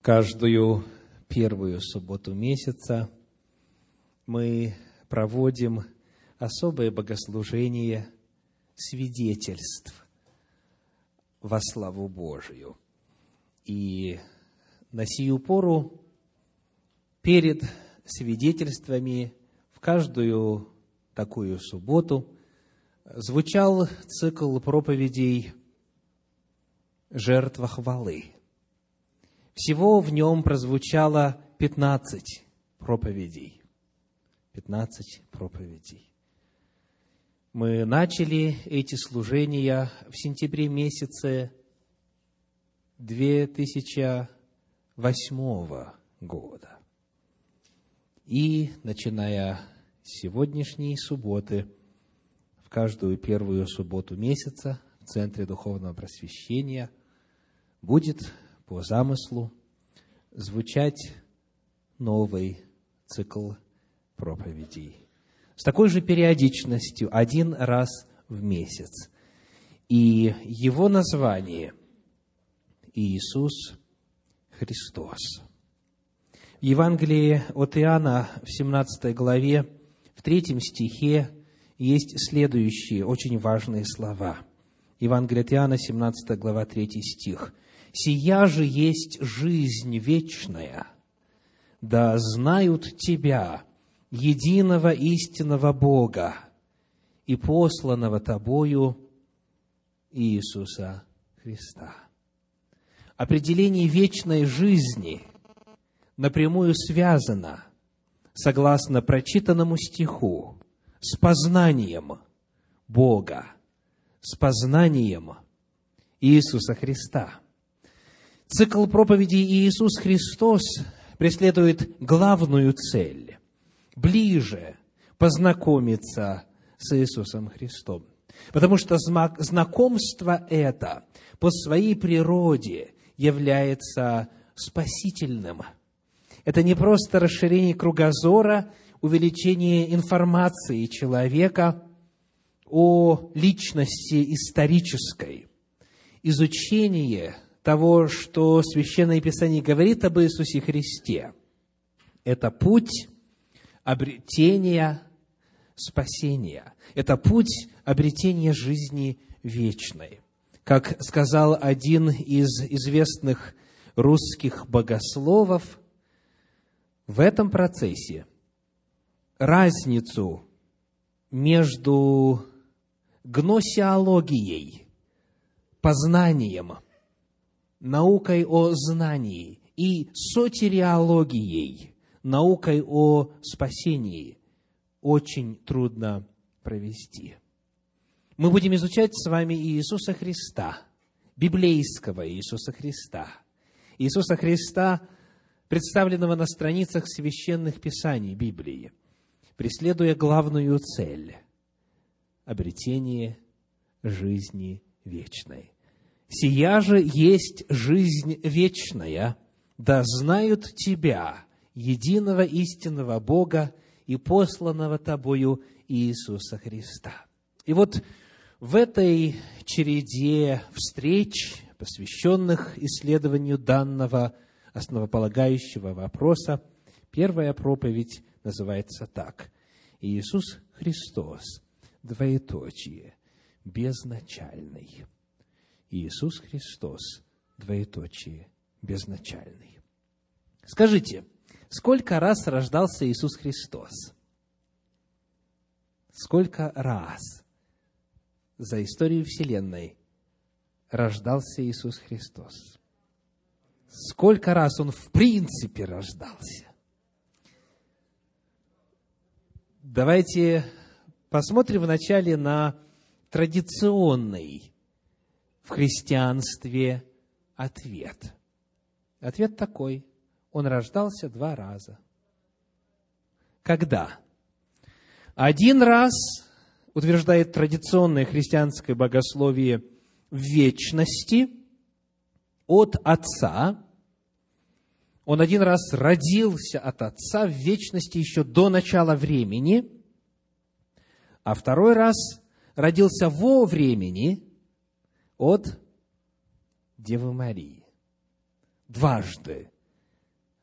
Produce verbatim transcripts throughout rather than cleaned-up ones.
Каждую первую субботу месяца мы проводим особое богослужение свидетельств во славу Божию. И на сию пору перед свидетельствами в каждую такую субботу звучал цикл проповедей «Жертва хвалы». Всего в нем прозвучало пятнадцать проповедей. пятнадцать проповедей. Мы начали эти служения в сентябре месяце две тысячи восьмого года. И, начиная с сегодняшней субботы, в каждую первую субботу месяца в Центре Духовного Просвещения будет по замыслу звучать новый цикл проповедей с такой же периодичностью, один раз в месяц. И его название – Иисус Христос. В Евангелии от Иоанна в семнадцатой главе, в третьем стихе есть следующие очень важные слова. Евангелие от Иоанна, семнадцатая глава, третий стих. «Сия же есть жизнь вечная, да знают Тебя, единого истинного Бога и посланного Тобою Иисуса Христа». Определение вечной жизни напрямую связано, согласно прочитанному стиху, с познанием Бога, с познанием Иисуса Христа. Цикл проповедей «Иисус Христос» преследует главную цель – ближе познакомиться с Иисусом Христом. Потому что знакомство это по своей природе является спасительным. Это не просто расширение кругозора, увеличение информации человека о личности исторической, изучение того, что Священное Писание говорит об Иисусе Христе. Это путь обретения спасения. Это путь обретения жизни вечной. Как сказал один из известных русских богословов, в этом процессе разницу между гносеологией, познанием, наукой о знании, и сотериологией, наукой о спасении, очень трудно провести. Мы будем изучать с вами Иисуса Христа, библейского Иисуса Христа. Иисуса Христа, представленного на страницах священных писаний Библии, преследуя главную цель – обретение жизни вечной. «Сия же есть жизнь вечная, да знают Тебя, единого истинного Бога и посланного Тобою Иисуса Христа». И вот в этой череде встреч, посвященных исследованию данного основополагающего вопроса, первая проповедь называется так: «Иисус Христос, двоеточие, безначальный». Иисус Христос, двоеточие, безначальный. Скажите, сколько раз рождался Иисус Христос? Сколько раз за историю Вселенной рождался Иисус Христос? Сколько раз Он в принципе рождался? Давайте посмотрим вначале на традиционный в христианстве ответ. Ответ такой: Он рождался два раза. Когда? Один раз, утверждает традиционное христианское богословие, в вечности от Отца. Он один раз родился от Отца в вечности еще до начала времени, а второй раз родился во времени от Девы Марии. Дважды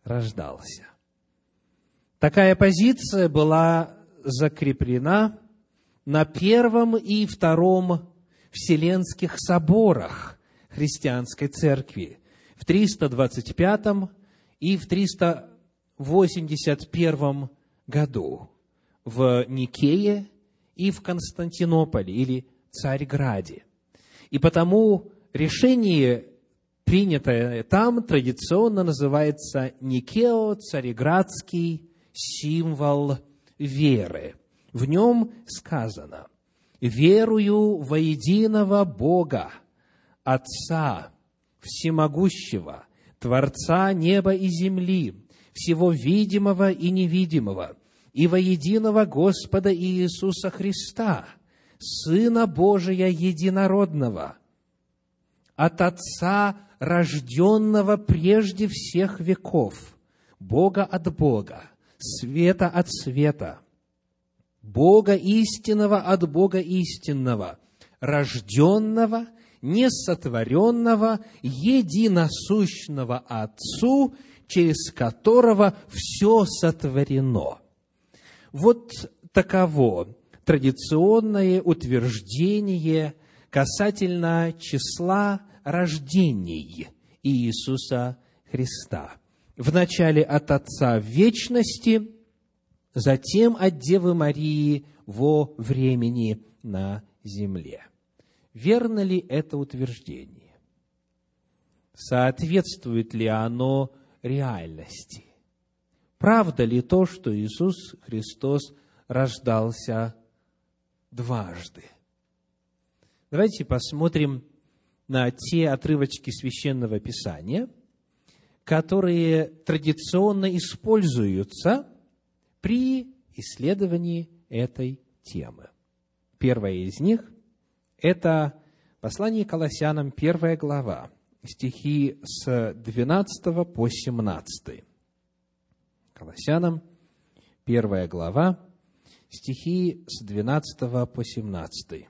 рождался. Такая позиция была закреплена на Первом и Втором Вселенских соборах христианской церкви в триста двадцать пятом и в триста восемьдесят первом году в Никее и в Константинополе или Царьграде. И потому решение, принятое там, традиционно называется Никео-Царьградский символ веры. В нем сказано: «Верую во единого Бога, Отца Всемогущего, Творца неба и земли, всего видимого и невидимого, и во единого Господа Иисуса Христа, Сына Божия Единородного, от Отца, рожденного прежде всех веков, Бога от Бога, света от света, Бога истинного от Бога истинного, рожденного, несотворенного, единосущного Отцу, через которого все сотворено». Вот таково традиционное утверждение касательно числа рождений Иисуса Христа. Вначале от Отца в вечности, затем от Девы Марии во времени на земле. Верно ли это утверждение? Соответствует ли оно реальности? Правда ли то, что Иисус Христос рождался дважды? Давайте посмотрим на те отрывочки Священного Писания, которые традиционно используются при исследовании этой темы. Первое из них – это послание Колоссянам, первая глава, стихи с двенадцатого по семнадцатый. Колоссянам, первая глава, стихи с двенадцатого по семнадцатый.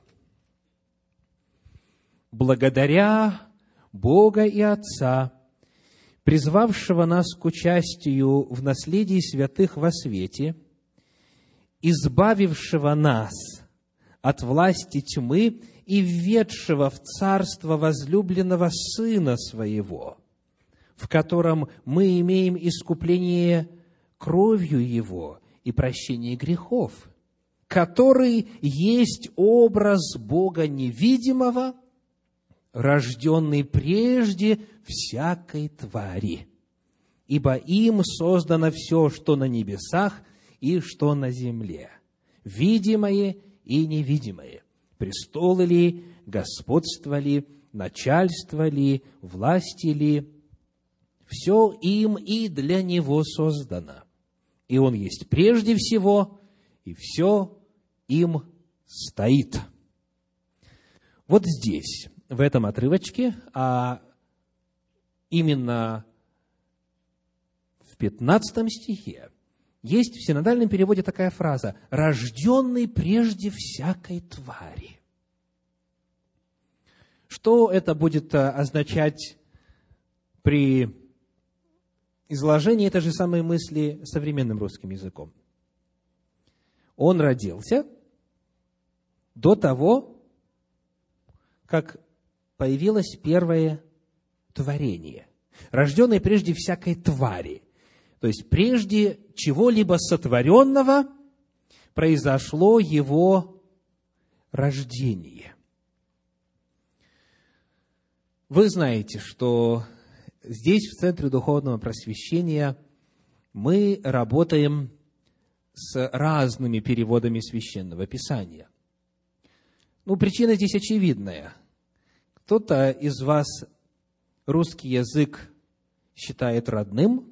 «Благодаря Бога и Отца, призвавшего нас к участию в наследии святых во свете, избавившего нас от власти тьмы и введшего в царство возлюбленного Сына Своего, в котором мы имеем искупление кровью Его и прощение грехов, который есть образ Бога невидимого, рожденный прежде всякой твари, ибо им создано все, что на небесах и что на земле, видимое и невидимое, престолы ли, господство ли, начальство ли, власти ли, все им и для Него создано. И Он есть прежде всего, и все им стоит». Вот здесь, в этом отрывочке, а именно в пятнадцатом стихе, есть в синодальном переводе такая фраза: «рожденный прежде всякой твари». Что это будет означать при изложении этой же самой мысли современным русским языком? Он родился до того, как появилось первое творение, рожденный прежде всякой твари. То есть, прежде чего-либо сотворенного произошло его рождение. Вы знаете, что здесь, в Центре Духовного Просвещения, мы работаем с разными переводами Священного Писания. Ну, причина здесь очевидная. Кто-то из вас русский язык считает родным,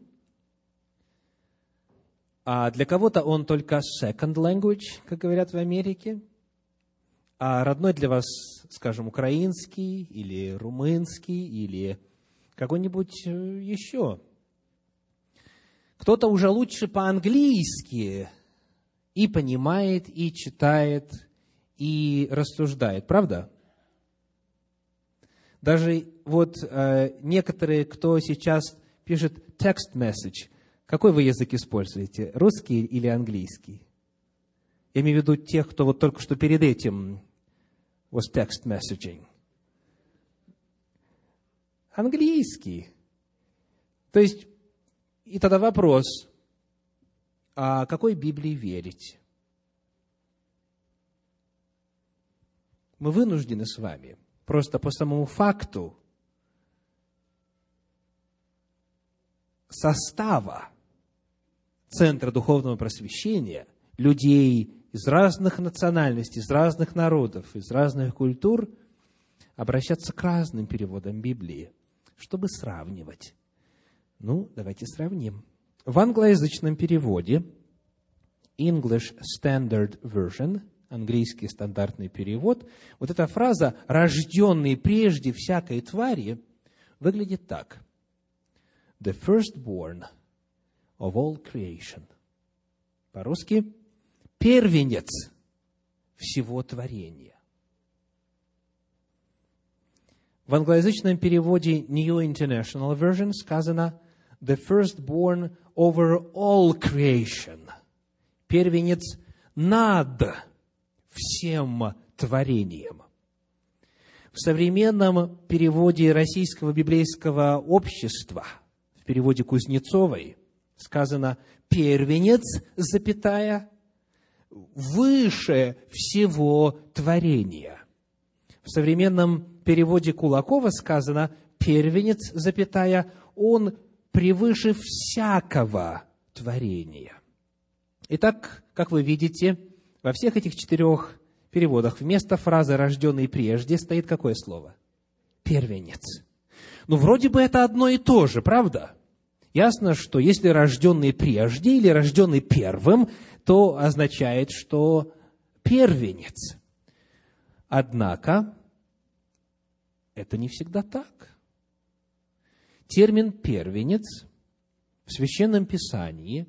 а для кого-то он только second language, как говорят в Америке, а родной для вас, скажем, украинский или румынский или какой-нибудь еще. Кто-то уже лучше по-английски и понимает, и читает, и рассуждает, правда? Даже вот э, некоторые, кто сейчас пишет text message, какой вы язык используете? Русский или английский? Я имею в виду тех, кто вот только что перед этим was text messaging. Английский. То есть, и тогда вопрос, а какой Библии верить? Мы вынуждены с вами просто по самому факту состава Центра Духовного Просвещения людей из разных национальностей, из разных народов, из разных культур обращаться к разным переводам Библии, чтобы сравнивать. Ну, давайте сравним. В англоязычном переводе English Standard Version, английский стандартный перевод, вот эта фраза «рожденный прежде всякой твари» выглядит так. The firstborn of all creation. По-русски первенец всего творения. В англоязычном переводе New International Version сказано the firstborn over all creation. Первенец над всем творением. В современном переводе Российского библейского общества, в переводе Кузнецовой, сказано первенец, запятая, выше всего творения. В современном переводе Кулакова сказано первенец, запятая, он превыше всякого творения. Итак, как вы видите, во всех этих четырех переводах вместо фразы «рожденный прежде» стоит какое слово? Первенец. Ну, вроде бы это одно и то же, правда? Ясно, что если рожденный прежде или рожденный первым, то означает, что первенец. Однако, это не всегда так. Термин «первенец» в Священном Писании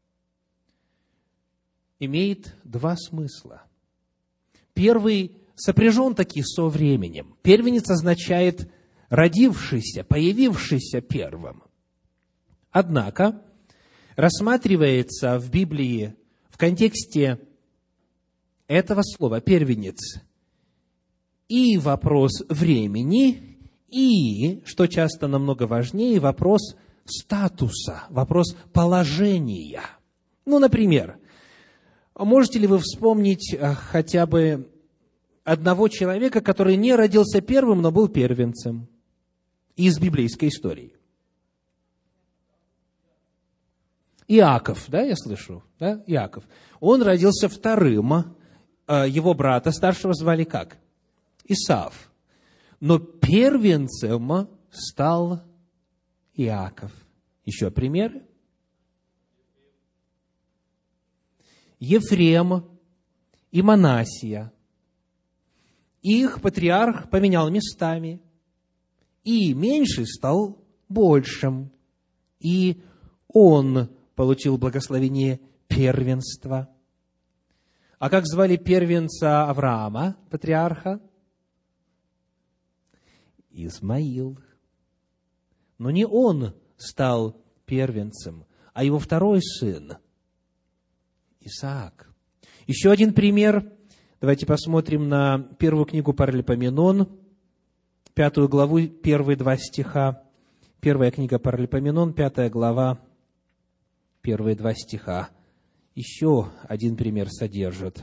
имеет два смысла. Первый сопряжен таки со временем. Первенец означает родившийся, появившийся первым. Однако, рассматривается в Библии в контексте этого слова «первенец» и вопрос времени, и, что часто намного важнее, вопрос статуса, вопрос положения. Ну, например, можете ли вы вспомнить хотя бы одного человека, который не родился первым, но был первенцем из библейской истории? Иаков, да, я слышу? Да, Иаков. Он родился вторым, его брата старшего звали как? Исав. Но первенцем стал Иаков. Еще примеры? Ефрем и Манасия. Их патриарх поменял местами, и меньший стал большим, и он получил благословение первенства. А как звали первенца Авраама, патриарха? Измаил. Но не он стал первенцем, а его второй сын, Исаак. Еще один пример. Давайте посмотрим на первую книгу Паралипоменон, пятую главу, первые два стиха. Первая книга Паралипоменон, пятая глава, первые два стиха. Еще один пример содержит.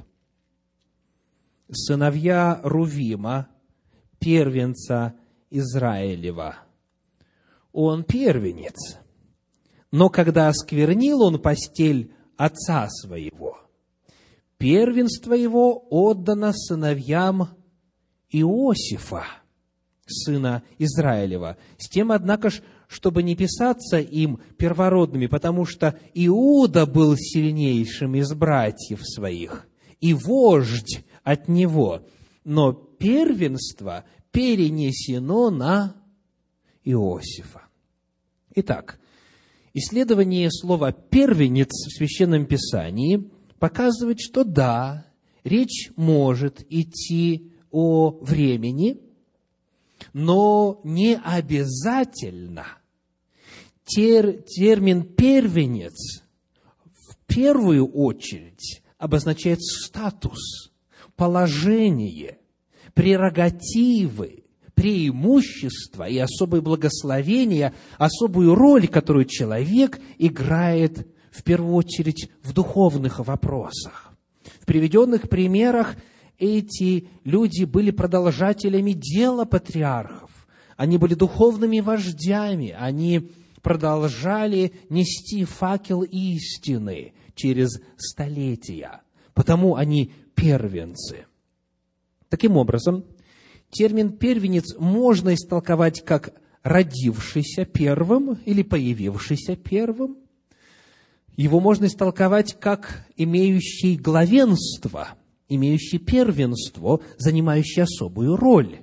Сыновья Рувима, первенца Израилева. Он первенец, но когда осквернил он постель отца своего, первенство его отдано сыновьям Иосифа, сына Израилева, с тем, однако ж, чтобы не писаться им первородными, потому что Иуда был сильнейшим из братьев своих, и вождь от него, но первенство перенесено на Иосифа. Итак, исследование слова «первенец» в Священном Писании показывает, что да, речь может идти о времени, но не обязательно тер, термин «первенец» в первую очередь обозначает статус, положение, прерогативы, преимущества и особые благословения, особую роль, которую человек играет в первую очередь в духовных вопросах. В приведенных примерах эти люди были продолжателями дела патриархов. Они были духовными вождями, они продолжали нести факел истины через столетия. Потому они первенцы. Таким образом, термин «первенец» можно истолковать как «родившийся первым» или «появившийся первым». Его можно истолковать как «имеющий главенство», имеющий первенство, занимающий особую роль.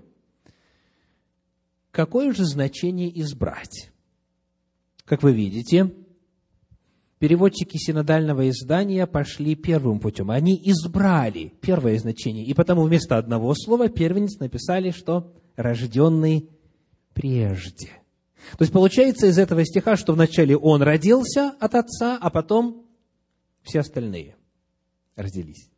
Какое же значение избрать? Как вы видите, переводчики синодального издания пошли первым путем. Они избрали первое значение, и потому вместо одного слова «первенец» написали, что «рожденный прежде». То есть получается из этого стиха, что вначале он родился от отца, а потом все остальные родились.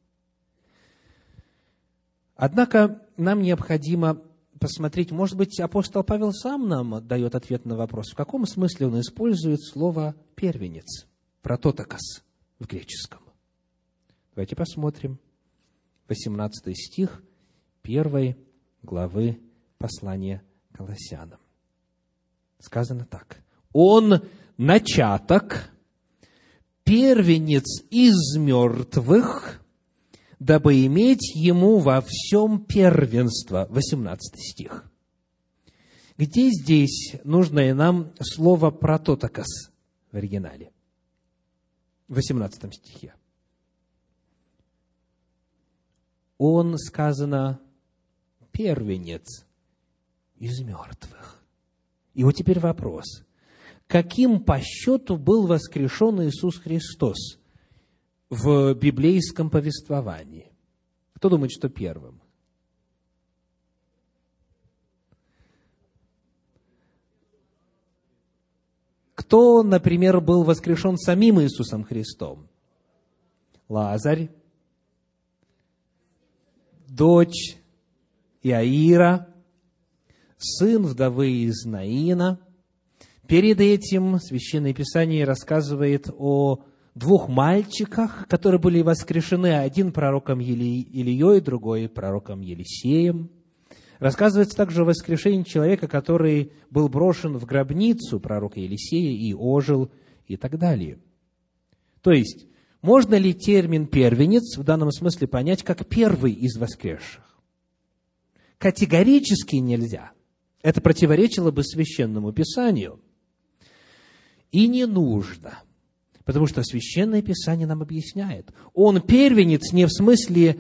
Однако нам необходимо посмотреть, может быть, апостол Павел сам нам дает ответ на вопрос, в каком смысле он использует слово «первенец», «прототокос» в греческом. Давайте посмотрим. восемнадцатый стих первой главы послания Колоссянам. Сказано так. «Он начаток, первенец из мертвых, дабы иметь ему во всем первенство». восемнадцатый стих. Где здесь нужное нам слово «прототокос» в оригинале? В восемнадцатом стихе. Он, сказано, первенец из мертвых. И вот теперь вопрос. Каким по счету был воскрешен Иисус Христос в библейском повествовании? Кто думает, что первым? Кто, например, был воскрешен самим Иисусом Христом? Лазарь, дочь Иаира, сын вдовы из Наина. Перед этим Священное Писание рассказывает о двух мальчиках, которые были воскрешены, один пророком Или... Илией, другой пророком Елисеем. Рассказывается также о воскрешении человека, который был брошен в гробницу пророка Елисея и ожил, и так далее. То есть, можно ли термин «первенец» в данном смысле понять как «первый из воскресших»? Категорически нельзя. Это противоречило бы Священному Писанию. И не нужно. Потому что Священное Писание нам объясняет. Он первенец не в смысле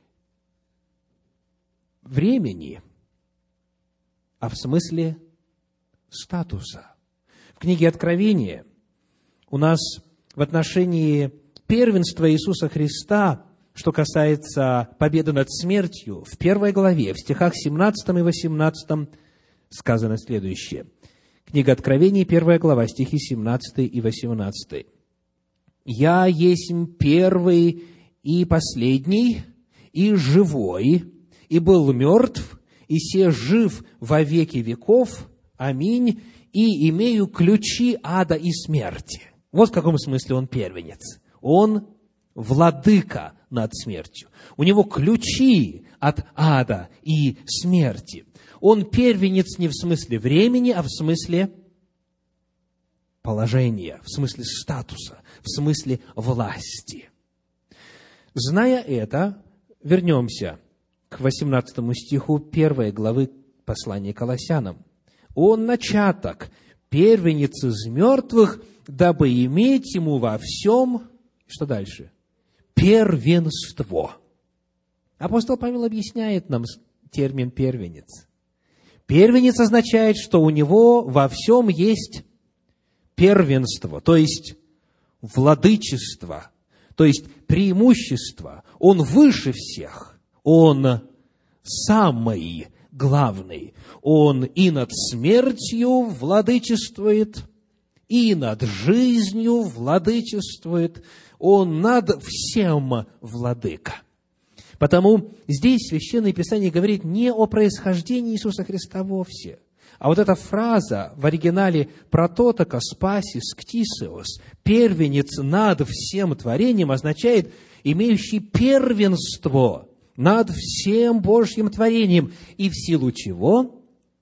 времени, а в смысле статуса. В книге Откровения у нас в отношении первенства Иисуса Христа, что касается победы над смертью, в первой главе, в стихах семнадцатом и восемнадцатом сказано следующее. Книга Откровения, первая глава, стихи семнадцатый и восемнадцатый. «Я есть первый и последний, и живой, и был мертв, и се жив во веки веков. Аминь. И имею ключи ада и смерти». Вот в каком смысле он первенец. Он владыка над смертью. У него ключи от ада и смерти. Он первенец не в смысле времени, а в смысле положения, в смысле статуса, в смысле власти. Зная это, вернемся к восемнадцатому стиху первой главы послания Колоссянам. «Он начаток, первенец из мертвых, дабы иметь ему во всем...» Что дальше? Первенство. Апостол Павел объясняет нам термин «первенец». Первенец означает, что у него во всем есть первенство, то есть владычество, то есть преимущество. Он выше всех, он самый главный. Он и над смертью владычествует, и над жизнью владычествует, Он над всем владыка. Потому здесь Священное Писание говорит не о происхождении Иисуса Христа вовсе, а вот эта фраза в оригинале «прототокос пасис ктисеос», «первенец над всем творением», означает «имеющий первенство над всем Божьим творением». И в силу чего?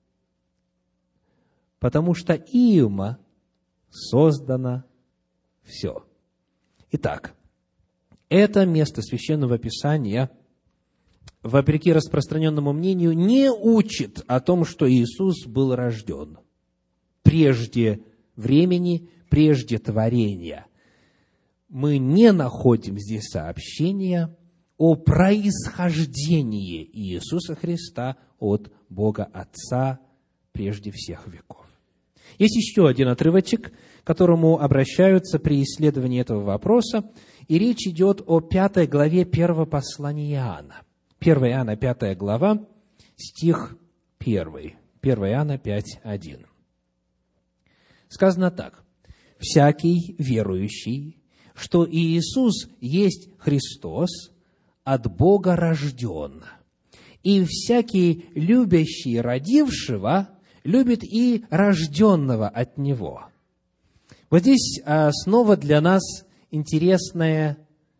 Потому что им создано все. Итак, это место Священного Писания, вопреки распространенному мнению, не учит о том, что Иисус был рожден прежде времени, прежде творения. Мы не находим здесь сообщения о происхождении Иисуса Христа от Бога Отца прежде всех веков. Есть еще один отрывочек, к которому обращаются при исследовании этого вопроса, и речь идет о пятой главе первого послания Иоанна. первое Иоанна, пятая глава, стих первый. первое Иоанна пять, один. Сказано так. «Всякий верующий, что Иисус есть Христос, от Бога рожден, и всякий любящий родившего любит и рожденного от Него». Вот здесь снова для нас интересное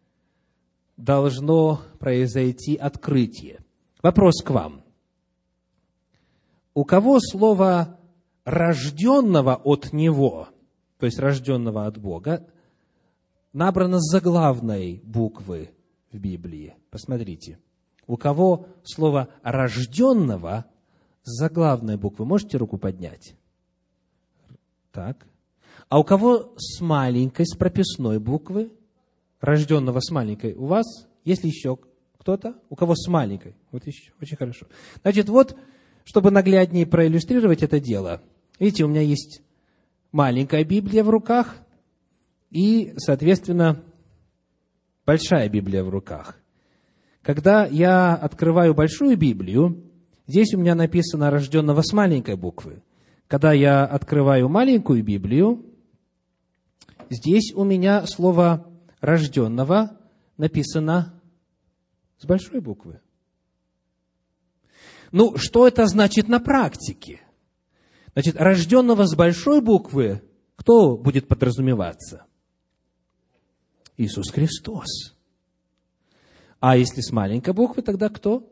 должно произойти открытие. Вопрос к вам. У кого слово «рожденного от Него», то есть рожденного от Бога, набрано с заглавной буквы в Библии? Посмотрите. У кого слово «рожденного» с заглавной буквы? Можете руку поднять? Так. А у кого с маленькой, с прописной буквы? Рожденного с маленькой. У вас? Есть ли еще кто-то? У кого с маленькой? Вот еще. Очень хорошо. Значит, вот, чтобы нагляднее проиллюстрировать это дело. Видите, у меня есть маленькая Библия в руках и, соответственно, большая Библия в руках. Когда я открываю большую Библию, здесь у меня написано «рожденного с маленькой буквы». Когда я открываю маленькую Библию, здесь у меня слово «рожденного» написано с большой буквы. Ну, что это значит на практике? Значит, рожденного с большой буквы, кто будет подразумеваться? Иисус Христос. А если с маленькой буквы, тогда кто?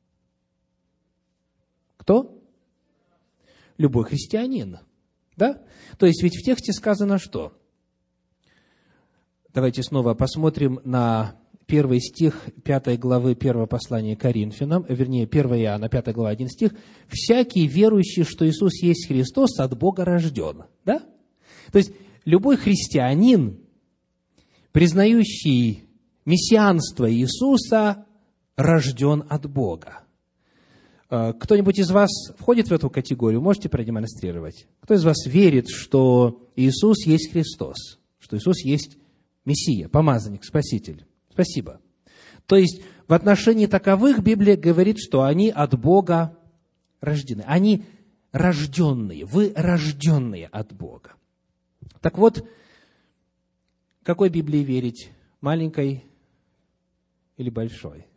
Кто? Любой христианин. Да? То есть, ведь в тексте сказано что? Давайте снова посмотрим на первый стих пятой главы первого послания к Коринфянам, вернее, первое Иоанна, пятая глава, один стих. «Всякий верующий, что Иисус есть Христос, от Бога рожден». Да? То есть, любой христианин, признающий мессианство Иисуса, рожден от Бога. Кто-нибудь из вас входит в эту категорию? Можете продемонстрировать? Кто из вас верит, что Иисус есть Христос? Что Иисус есть Мессия, помазанник, Спаситель? Спасибо. То есть, в отношении таковых Библия говорит, что они от Бога рождены. Они рожденные, вы рожденные от Бога. Так вот, какой Библии верить? Маленькой или большой?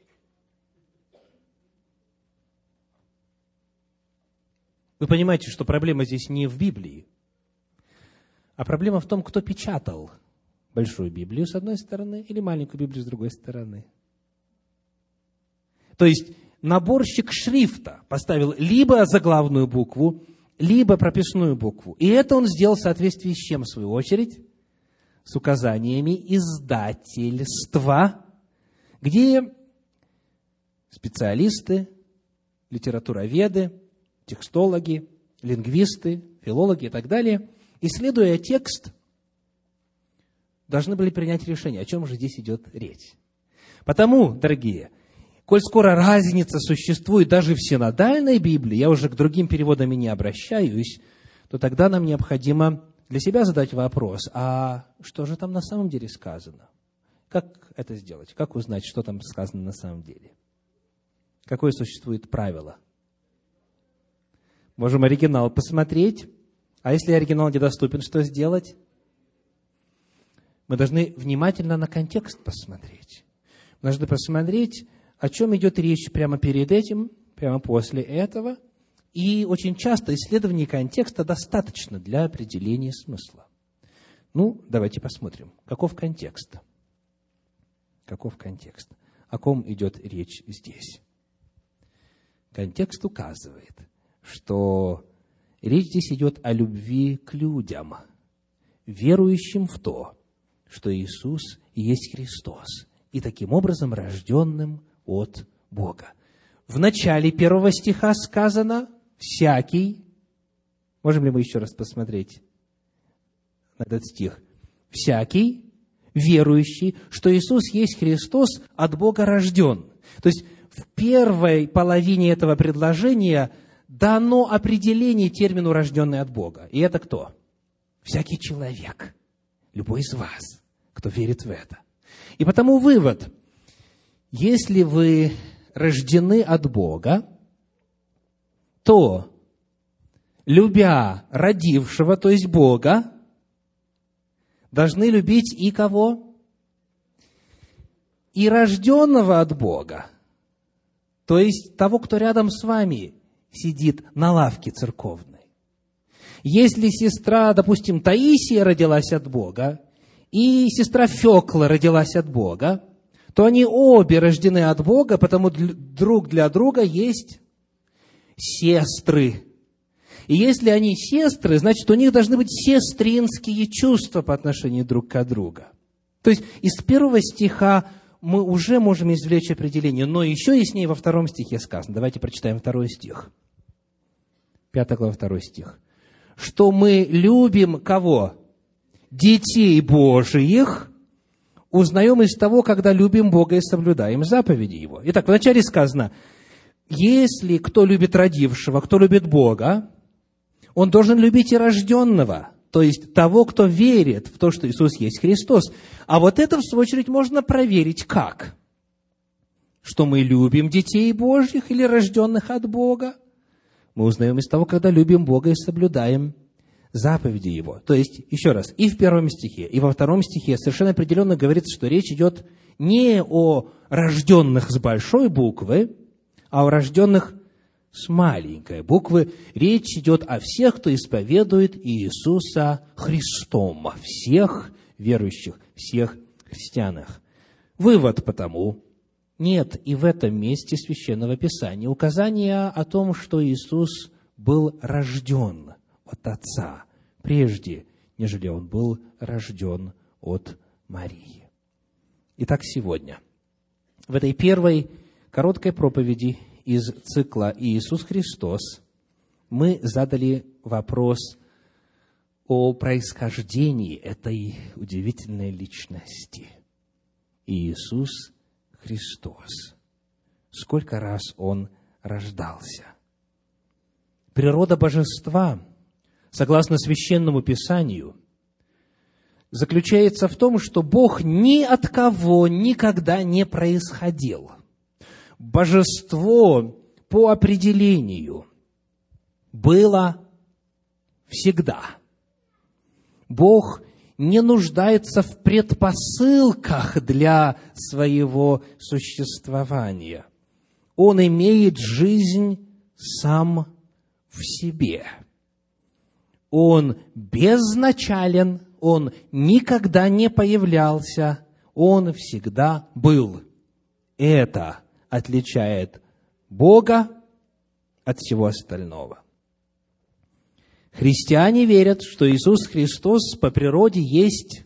Вы понимаете, что проблема здесь не в Библии, а проблема в том, кто печатал большую Библию с одной стороны или маленькую Библию с другой стороны. То есть наборщик шрифта поставил либо заглавную букву, либо прописную букву. И это он сделал в соответствии с чем, в свою очередь? С указаниями издательства, где специалисты, литературоведы, текстологи, лингвисты, филологи и так далее, исследуя текст, должны были принять решение, о чем же здесь идет речь. Потому, дорогие, коль скоро разница существует даже в синодальной Библии, я уже к другим переводам и не обращаюсь, то тогда нам необходимо для себя задать вопрос, а что же там на самом деле сказано? Как это сделать? Как узнать, что там сказано на самом деле? Какое существует правило? Можем оригинал посмотреть. А если оригинал недоступен, что сделать? Мы должны внимательно на контекст посмотреть. Мы должны посмотреть, о чем идет речь прямо перед этим, прямо после этого. И очень часто исследование контекста достаточно для определения смысла. Ну, давайте посмотрим, каков контекст. Каков контекст? О ком идет речь здесь? Контекст указывает, что речь здесь идет о любви к людям, верующим в то, что Иисус есть Христос, и таким образом рожденным от Бога. В начале первого стиха сказано «всякий». Можем ли мы еще раз посмотреть на этот стих? «Всякий, верующий, что Иисус есть Христос, от Бога рожден». То есть, в первой половине этого предложения дано определение термину «рожденный от Бога». И это кто? Всякий человек, любой из вас, кто верит в это. И потому вывод: если вы рождены от Бога, то, любя родившего, то есть Бога, должны любить и кого? И рожденного от Бога, то есть того, кто рядом с вами сидит на лавке церковной. Если сестра, допустим, Таисия родилась от Бога, и сестра Фекла родилась от Бога, то они обе рождены от Бога, потому друг для друга есть сестры. И если они сестры, значит, у них должны быть сестринские чувства по отношению друг к другу. То есть, из первого стиха мы уже можем извлечь определение, но еще яснее во втором стихе сказано. Давайте прочитаем второй стих. Пятая глава, второй стих. Что мы любим кого? Детей Божиих, узнаем из того, когда любим Бога и соблюдаем заповеди Его. Итак, вначале сказано, если кто любит родившего, кто любит Бога, он должен любить и рожденного, то есть того, кто верит в то, что Иисус есть Христос. А вот это, в свою очередь, можно проверить как? Что мы любим детей Божьих или рожденных от Бога? Мы узнаем из того, когда любим Бога и соблюдаем заповеди Его. То есть, еще раз, и в первом стихе, и во втором стихе совершенно определенно говорится, что речь идет не о рожденных с большой буквы, а о рожденных с маленькой буквы. Речь идет о всех, кто исповедует Иисуса Христом, всех верующих, всех христианах. Вывод потому: нет и в этом месте Священного Писания указания о том, что Иисус был рожден от Отца, прежде, нежели Он был рожден от Марии. Итак, сегодня, в этой первой короткой проповеди из цикла «Иисус Христос» мы задали вопрос о происхождении этой удивительной личности. Иисус Христос. Сколько раз Он рождался? Природа божества, согласно Священному Писанию, заключается в том, что Бог ни от кого никогда не происходил. Божество по определению было всегда. Бог не нуждается в предпосылках для своего существования. Он имеет жизнь сам в себе. Он безначален, Он никогда не появлялся, Он всегда был. Это отличает Бога от всего остального. Христиане верят, что Иисус Христос по природе есть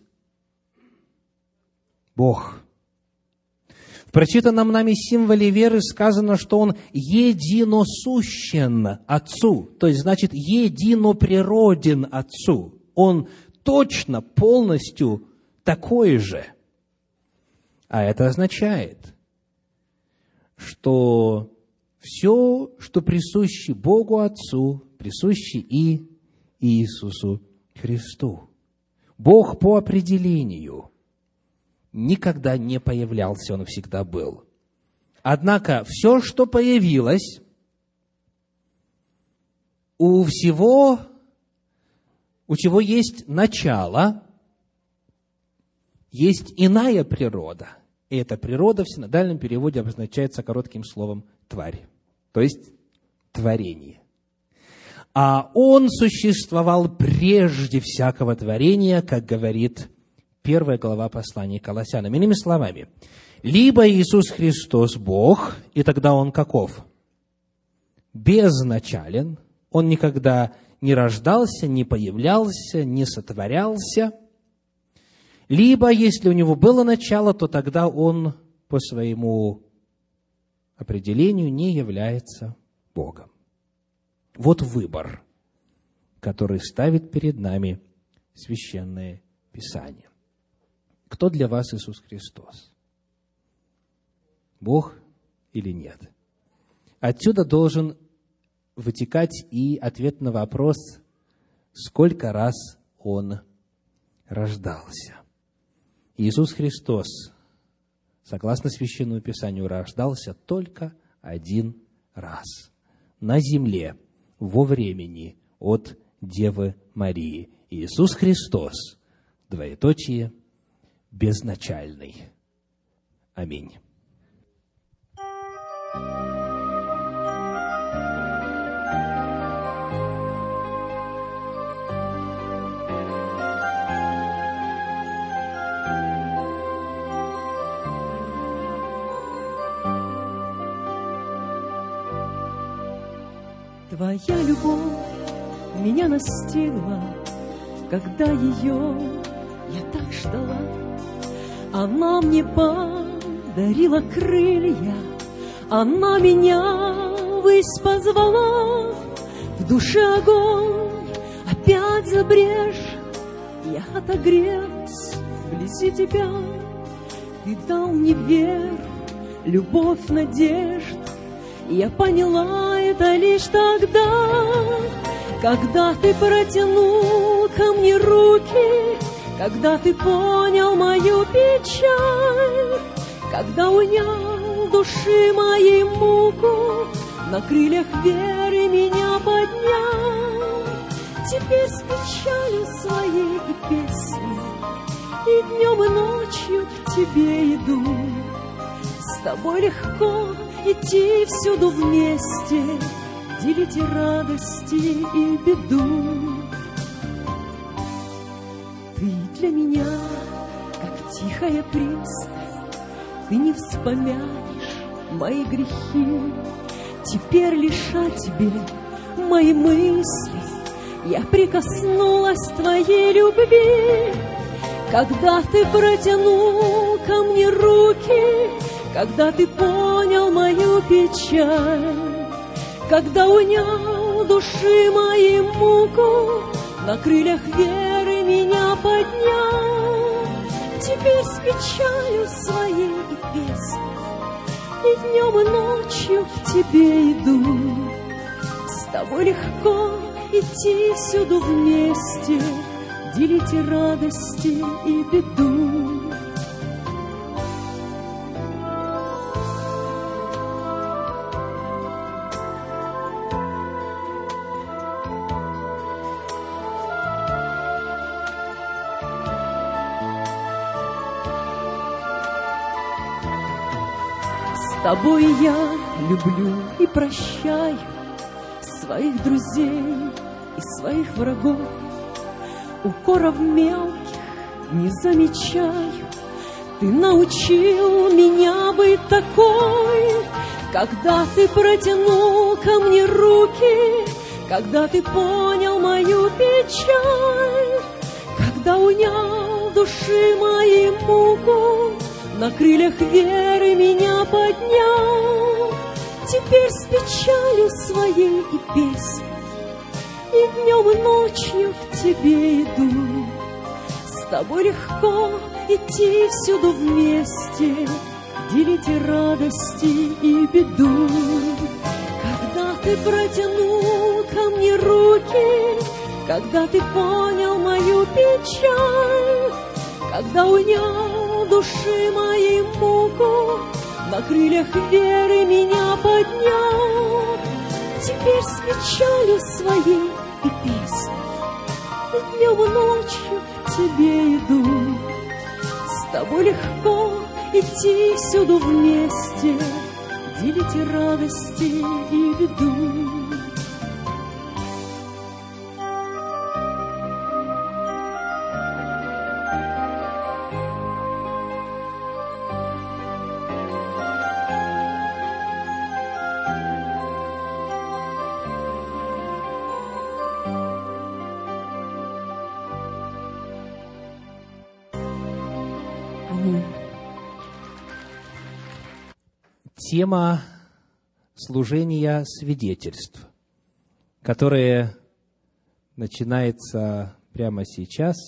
Бог. В прочитанном нами символе веры сказано, что Он единосущен Отцу, то есть, значит, единоприроден Отцу. Он точно, полностью такой же. А это означает, что все, что присуще Богу Отцу, присуще и Иисусу Христу. Бог по определению никогда не появлялся, Он всегда был. Однако все, что появилось, у всего у чего есть начало, есть иная природа. И эта природа в синодальном переводе обозначается коротким словом «тварь», то есть творение. А Он существовал прежде всякого творения, как говорит первая глава послания к Колоссянам. Иными словами, либо Иисус Христос Бог, и тогда Он каков? Безначален, Он никогда не рождался, не появлялся, не сотворялся. Либо, если у Него было начало, то тогда Он по своему определению не является Богом. Вот выбор, который ставит перед нами Священное Писание. Кто для вас Иисус Христос? Бог или нет? Отсюда должен вытекать и ответ на вопрос, сколько раз Он рождался. Иисус Христос, согласно Священному Писанию, рождался только один раз на земле, во времени, от Девы Марии. Иисус Христос, двоеточие, безначальный. Аминь. Твоя любовь меня настигла, когда ее я так ждала. Она мне подарила крылья, она меня ввысь позвала. В душе огонь опять забрежет, я отогрелась вблизи тебя. Ты дал мне веру, любовь, надежду. Я поняла это лишь тогда, когда ты протянул ко мне руки, когда ты понял мою печаль, когда унял души моей муку, на крыльях веры меня поднял. Теперь с печалью своей и песней, и днем, и ночью к тебе иду. С тобой легко идти всюду вместе, делить и радости, и беду. Ты для меня, как тихая пристань, ты не вспомянешь мои грехи. Теперь лишь о тебе мои мысли, я прикоснулась к твоей любви. Когда ты протянул ко мне руки, когда ты понял мою печаль, когда унял души моей муку, на крыльях веры меня поднял. Теперь с печалью своей и песней, и днем, и ночью к тебе иду. С тобой легко идти всюду вместе, делить и радости, и беду. С тобой я люблю и прощаю своих друзей и своих врагов. Укоров мелких не замечаю. Ты научил меня быть такой, когда ты протянул ко мне руки, когда ты понял мою печаль, когда унял души моей муку, на крыльях веры меня поднял. Теперь с печалью своей и песней, и днем, и ночью к тебе иду. С тобой легко идти всюду вместе, делить и радости, и беду. Когда ты протянул ко мне руки, когда ты понял мою печаль, когда унял души моей муку, на крыльях веры меня поднял. Теперь с печалью своей и песней, днем и ночью к тебе иду. С тобой легко идти всюду вместе, делить и радости, и беду. Тема служения свидетельств, которое начинается прямо сейчас,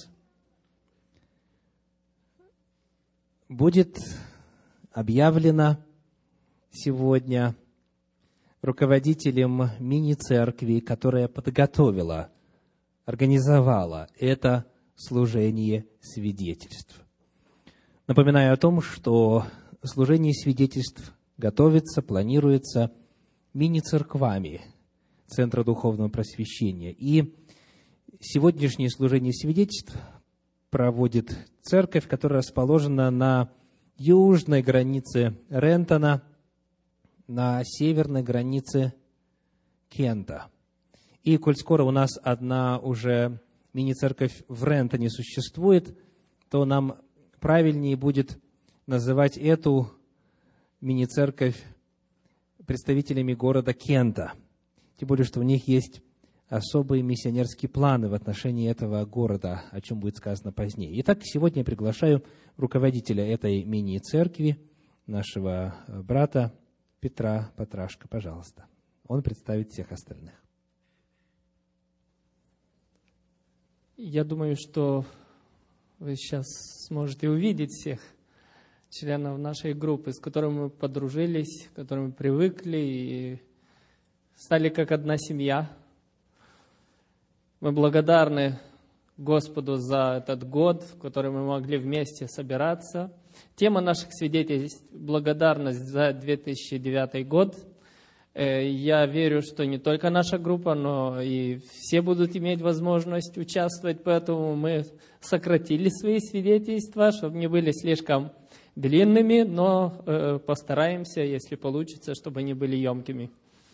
будет объявлено сегодня руководителем мини-церкви, которая подготовила, организовала это служение свидетельств. Напоминаю о том, что служение свидетельств готовится, планируется мини-церквами Центра Духовного Просвещения. И сегодняшнее служение свидетельств проводит церковь, которая расположена на южной границе Рентона, на северной границе Кента. И, коль скоро у нас одна уже мини-церковь в Рентоне существует, то нам правильнее будет называть эту мини-церковь представителями города Кента. Тем более, что у них есть особые миссионерские планы в отношении этого города, о чем будет сказано позднее. Итак, сегодня я приглашаю руководителя этой мини-церкви, нашего брата Петра Патрашко. Пожалуйста. Он представит всех остальных. Я думаю, что вы сейчас сможете увидеть всех членов нашей группы, с которыми мы подружились, к которым мы привыкли и стали как одна семья. Мы благодарны Господу за этот год, в который мы могли вместе собираться. Тема наших свидетельств – благодарность за две тысячи девятый год. Я верю, что не только наша группа, но и все будут иметь возможность участвовать, поэтому мы сократили свои свидетельства, чтобы не были слишком длинными, но э, постараемся, если получится, чтобы они были емкими.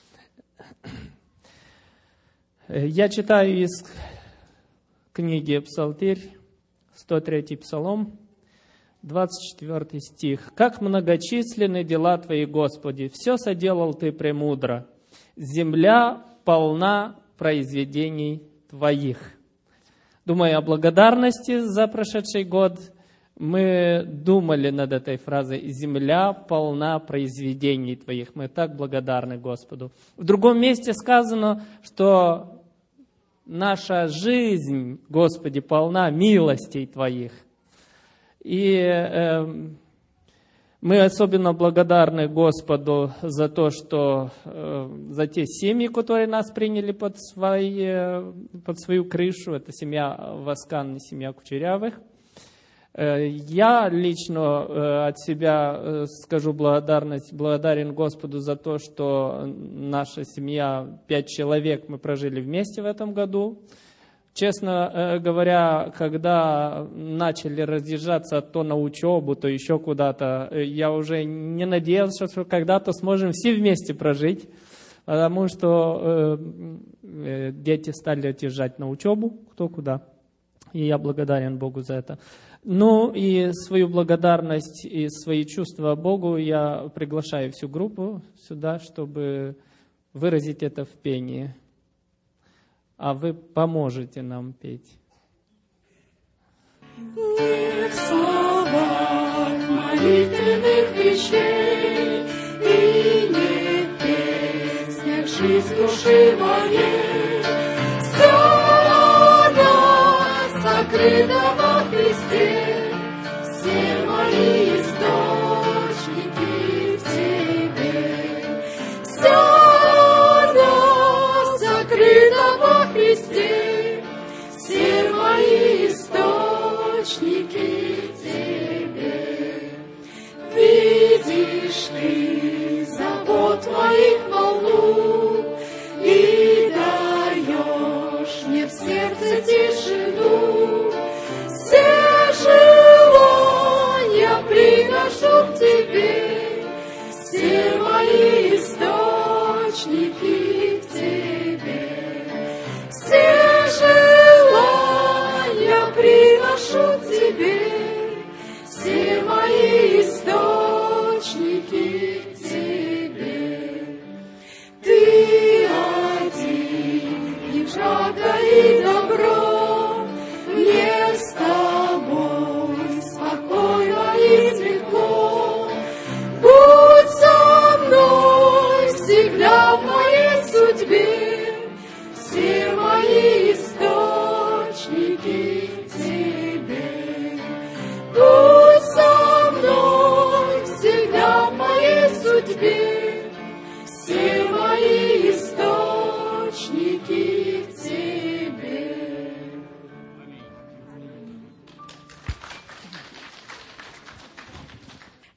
Я читаю из книги «Псалтирь», сто третий Псалом, двадцать четвёртый стих. «Как многочисленны дела Твои, Господи! Все соделал Ты премудро. Земля полна произведений Твоих». Думая о благодарности за прошедший год, мы думали над этой фразой «Земля полна произведений Твоих». Мы так благодарны Господу. В другом месте сказано, что наша жизнь, Господи, полна милостей Твоих. И э, мы особенно благодарны Господу за то, что э, за те семьи, которые нас приняли под, свои, под свою крышу. Это семья Васкан и семья Кучерявых. Я лично от себя скажу благодарность, благодарен Господу за то, что наша семья, пять человек, мы прожили вместе в этом году. Честно говоря, когда начали разъезжаться то на учебу, то еще куда-то, я уже не надеялся, что когда-то сможем все вместе прожить, потому что дети стали отъезжать на учебу, кто куда. И я благодарен Богу за это. Ну и свою благодарность и свои чувства Богу я приглашаю всю группу сюда, чтобы выразить это в пении. А вы поможете нам петь. Не в словах молитвенных речей и не в песнях жизнь души моей, все оно сокрыто во Христе, все мои источники в Тебе. Все оно сокрыто во Христе, все мои источники в Тебе. Видишь Ты забот моих волну и даешь мне в сердце тишину.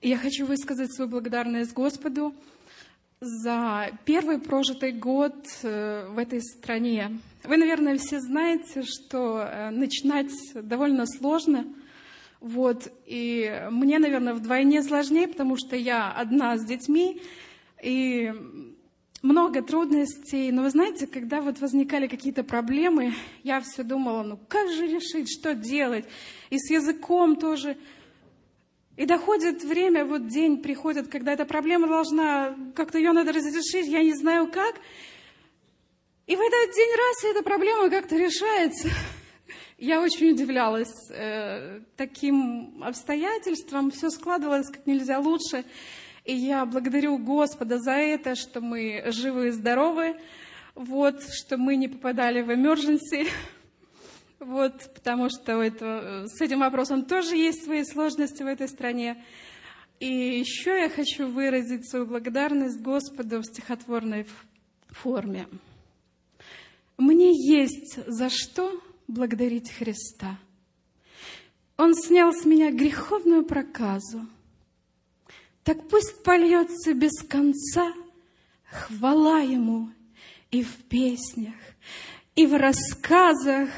И я хочу высказать свою благодарность Господу за первый прожитый год в этой стране. Вы, наверное, все знаете, что начинать довольно сложно. Вот. И мне, наверное, вдвойне сложнее, потому что я одна с детьми, и много трудностей. Но вы знаете, когда вот возникали какие-то проблемы, я все думала, ну как же решить, что делать? И с языком тоже. И доходит время, вот день приходит, когда эта проблема должна, как-то ее надо разрешить, я не знаю как. И в этот день раз эта проблема как-то решается. Я очень удивлялась э, таким обстоятельствам, все складывалось как нельзя лучше. И я благодарю Господа за это, что мы живы и здоровы, вот, что мы не попадали в emergency. Вот, потому что это, с этим вопросом тоже есть свои сложности в этой стране. И еще я хочу выразить свою благодарность Господу в стихотворной форме. Мне есть за что благодарить Христа. Он снял с меня греховную проказу. Так пусть польется без конца хвала Ему и в песнях, и в рассказах.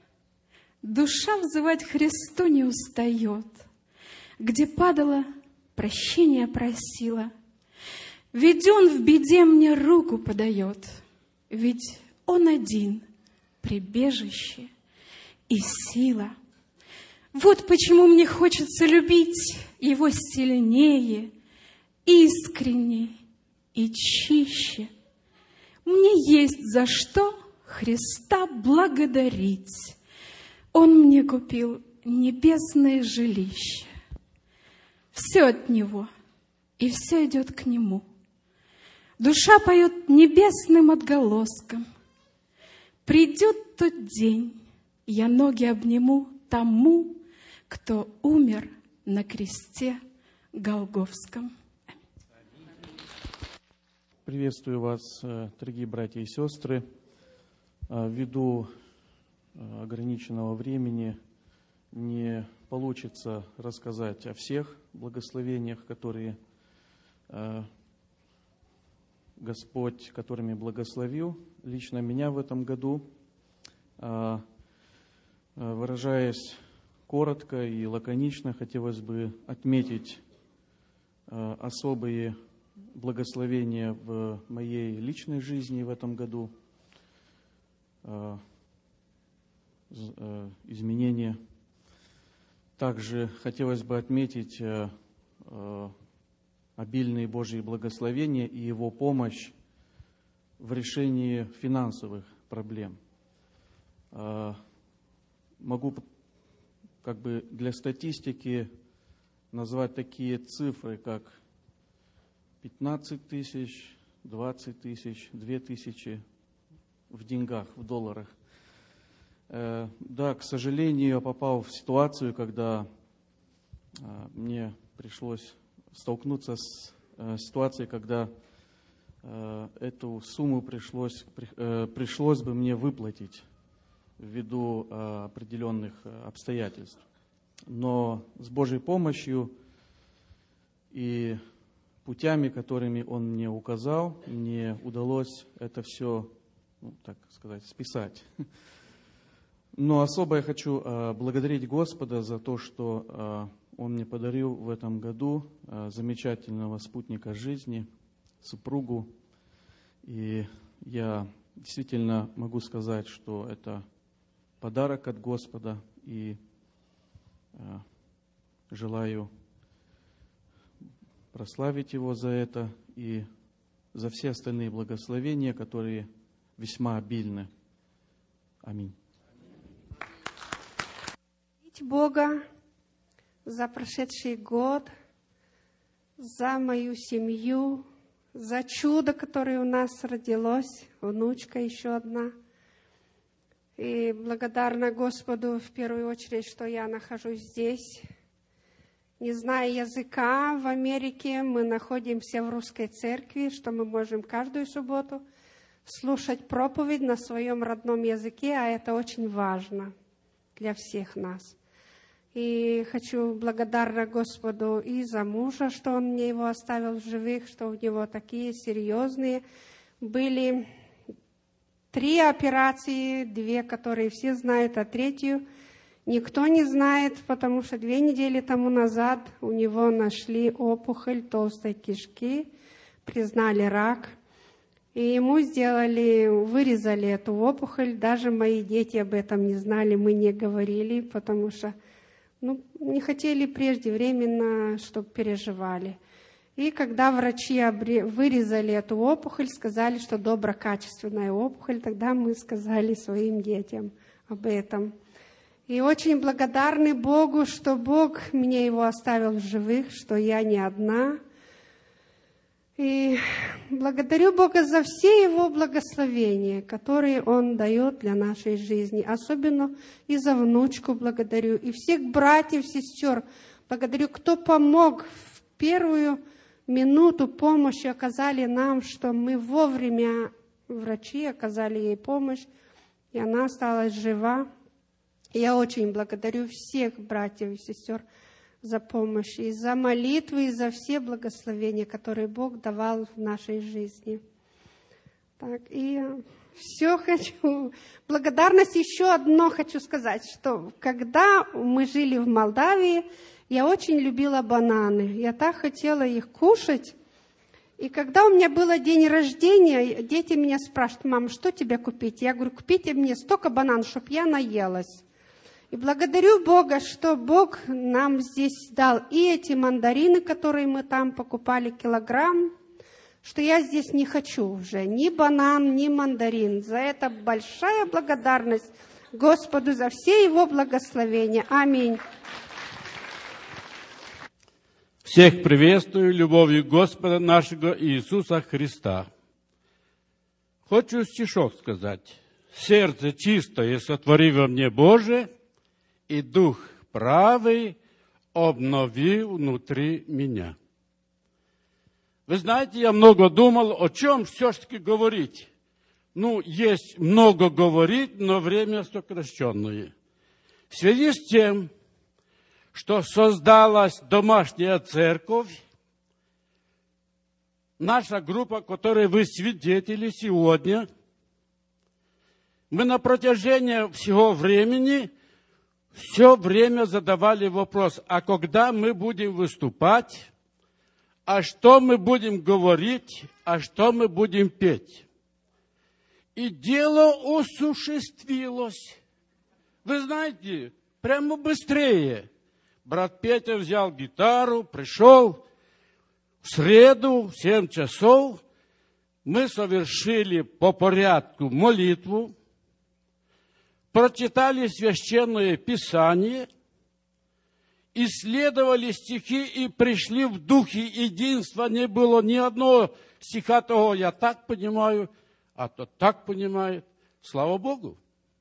Душа взывать Христу не устает, где падала, прощения просила. Ведь Он в беде мне руку подает, ведь Он один прибежище и сила. Вот почему мне хочется любить Его сильнее, искренней и чище. Мне есть за что Христа благодарить. Он мне купил небесное жилище. Все от Него, и все идет к Нему. Душа поет небесным отголоском. Придет тот день, я ноги обниму тому, кто умер на кресте Голгофском. Приветствую вас, дорогие братья и сестры. Ввиду ограниченного времени не получится рассказать о всех благословениях, которые Господь, которыми благословил лично меня в этом году. Выражаясь коротко и лаконично, хотелось бы отметить особые благословения в моей личной жизни в этом году, изменения. Также хотелось бы отметить обильные Божьи благословения и Его помощь в решении финансовых проблем. Могу как бы для статистики назвать такие цифры, как пятнадцать тысяч, двадцать тысяч, две тысячи в деньгах, в долларах. Да, к сожалению, я попал в ситуацию, когда мне пришлось столкнуться с ситуацией, когда эту сумму пришлось, пришлось бы мне выплатить ввиду определенных обстоятельств. Но с Божьей помощью и путями, которыми Он мне указал, мне удалось это все, ну, так сказать, списать. Но особо я хочу благодарить Господа за то, что Он мне подарил в этом году замечательного спутника жизни, супругу. И я действительно могу сказать, что это подарок от Господа, и желаю прославить Его за это и за все остальные благословения, которые весьма обильны. Аминь. Бога за прошедший год, за мою семью, за чудо, которое у нас родилось, внучка еще одна. И благодарна Господу в первую очередь, что я нахожусь здесь. Не зная языка в Америке, мы находимся в русской церкви, что мы можем каждую субботу слушать проповедь на своем родном языке, а это очень важно для всех нас. И хочу благодарна Господу и за мужа, что он мне его оставил в живых, что у него такие серьезные были три операции, две, которые все знают, а третью никто не знает, потому что две недели тому назад у него нашли опухоль толстой кишки, признали рак. И ему сделали, вырезали эту опухоль. Даже мои дети об этом не знали, мы не говорили, потому что ну, не хотели преждевременно, чтобы переживали. И когда врачи вырезали эту опухоль, сказали, что доброкачественная опухоль, тогда мы сказали своим детям об этом. И очень благодарны Богу, что Бог мне его оставил в живых, что я не одна. И благодарю Бога за все Его благословения, которые Он дает для нашей жизни. Особенно и за внучку благодарю, и всех братьев, сестер благодарю, кто помог в первую минуту помощи, оказали нам, что мы вовремя, врачи оказали ей помощь, и она осталась жива. Я очень благодарю всех братьев и сестер за помощь, и за молитвы, и за все благословения, которые Бог давал в нашей жизни. Так, и все хочу. Благодарность еще одно хочу сказать, что когда мы жили в Молдавии, я очень любила бананы. Я так хотела их кушать. И когда у меня был день рождения, дети меня спрашивают: мам, что тебе купить? Я говорю: купите мне столько бананов, чтобы я наелась. И благодарю Бога, что Бог нам здесь дал и эти мандарины, которые мы там покупали, килограмм, что я здесь не хочу уже ни банан, ни мандарин. За это большая благодарность Господу за все Его благословения. Аминь. Всех приветствую любовью Господа нашего Иисуса Христа. Хочу стишок сказать. «Сердце чистое сотвори во мне, Боже, и дух правый обнови внутри меня». Вы знаете, я много думал, о чем все-таки говорить. Ну, есть много говорить, но время сокращенное. В связи с тем, что создалась домашняя церковь, наша группа, которой вы свидетели сегодня, мы на протяжении всего времени все время задавали вопрос: а когда мы будем выступать, а что мы будем говорить, а что мы будем петь? И дело осуществилось. Вы знаете, прямо быстрее. Брат Петя взял гитару, пришел в среду в семь часов. Мы совершили по порядку молитву, прочитали Священное Писание, исследовали стихи и пришли в духе единства. Не было ни одного стиха того: я так понимаю, а тот так понимает. Слава Богу.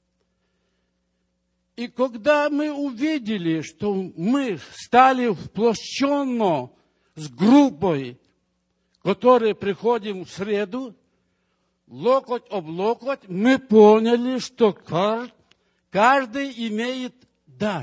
И когда мы увидели, что мы стали вплощенно с группой, которые приходим в среду, локоть об локоть, мы поняли, что каждый имеет дар.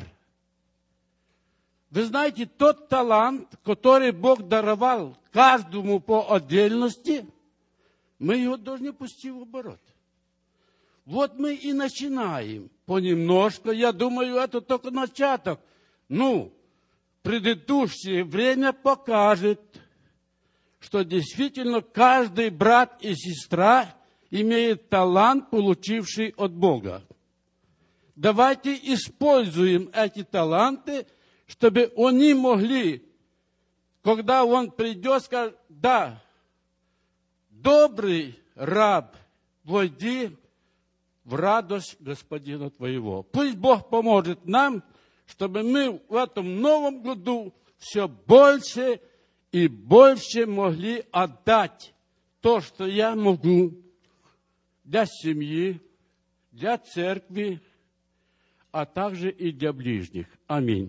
Вы знаете, тот талант, который Бог даровал каждому по отдельности, мы его должны пустить в оборот. Вот мы и начинаем понемножку. Я думаю, это только начаток. Ну, предыдущее время покажет, что действительно каждый брат и сестра имеет талант, получивший от Бога. Давайте используем эти таланты, чтобы они могли, когда он придет, сказать: да, добрый раб, войди в радость Господина твоего. Пусть Бог поможет нам, чтобы мы в этом новом году все больше и больше могли отдать то, что я могу для семьи, для церкви, а также и для ближних. Аминь.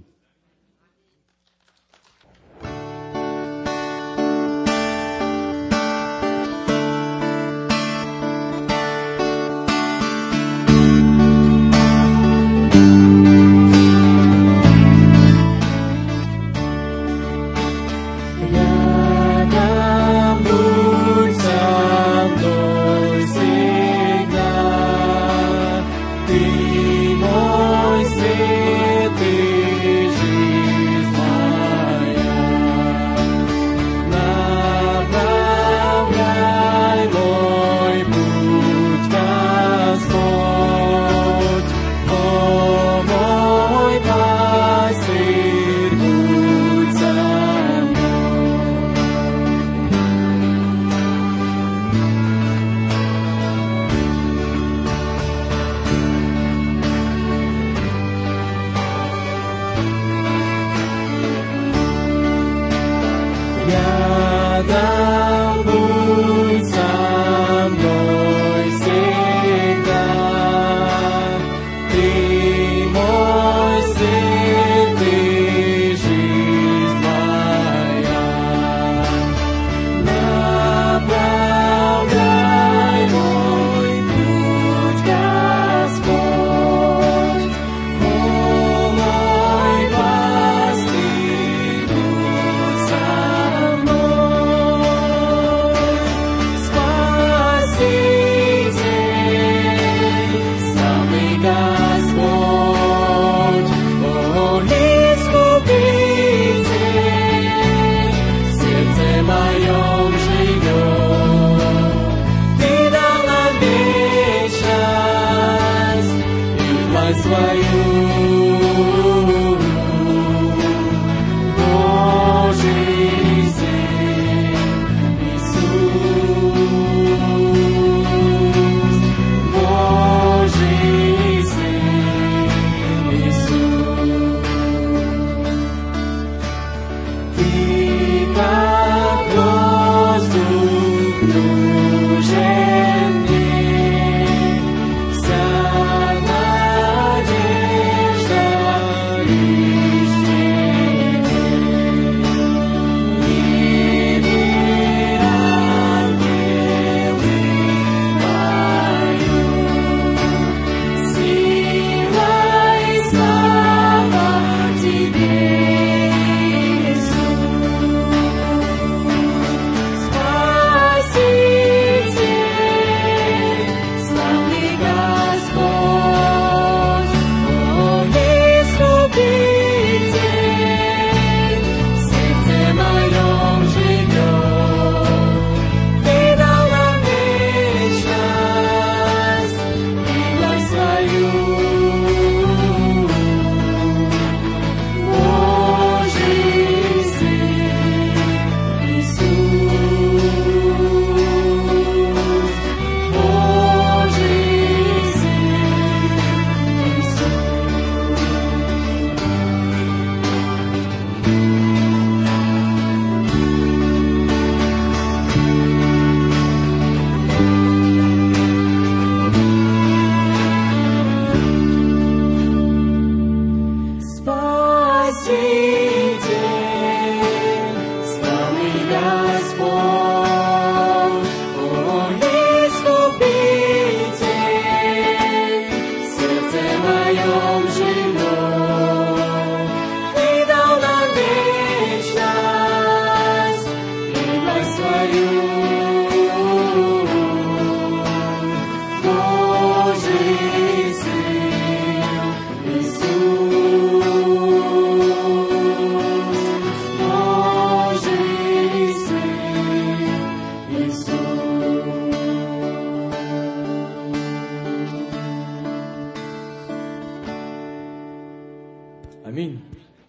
Аминь.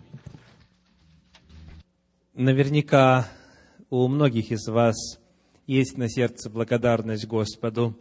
Наверняка у многих из вас есть на сердце благодарность Господу,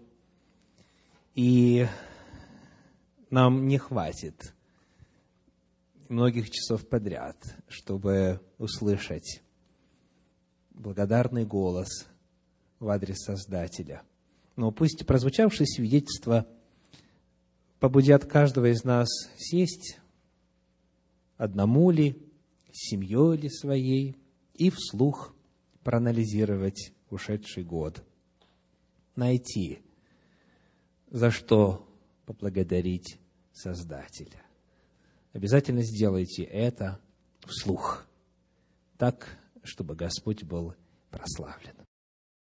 и нам не хватит многих часов подряд, чтобы услышать благодарный голос в адрес Создателя. Но пусть прозвучавшие свидетельства побудят каждого из нас сесть, одному ли, семьей ли своей, и вслух проанализировать ушедший год. Найти, за что поблагодарить Создателя. Обязательно сделайте это вслух, так, чтобы Господь был прославлен.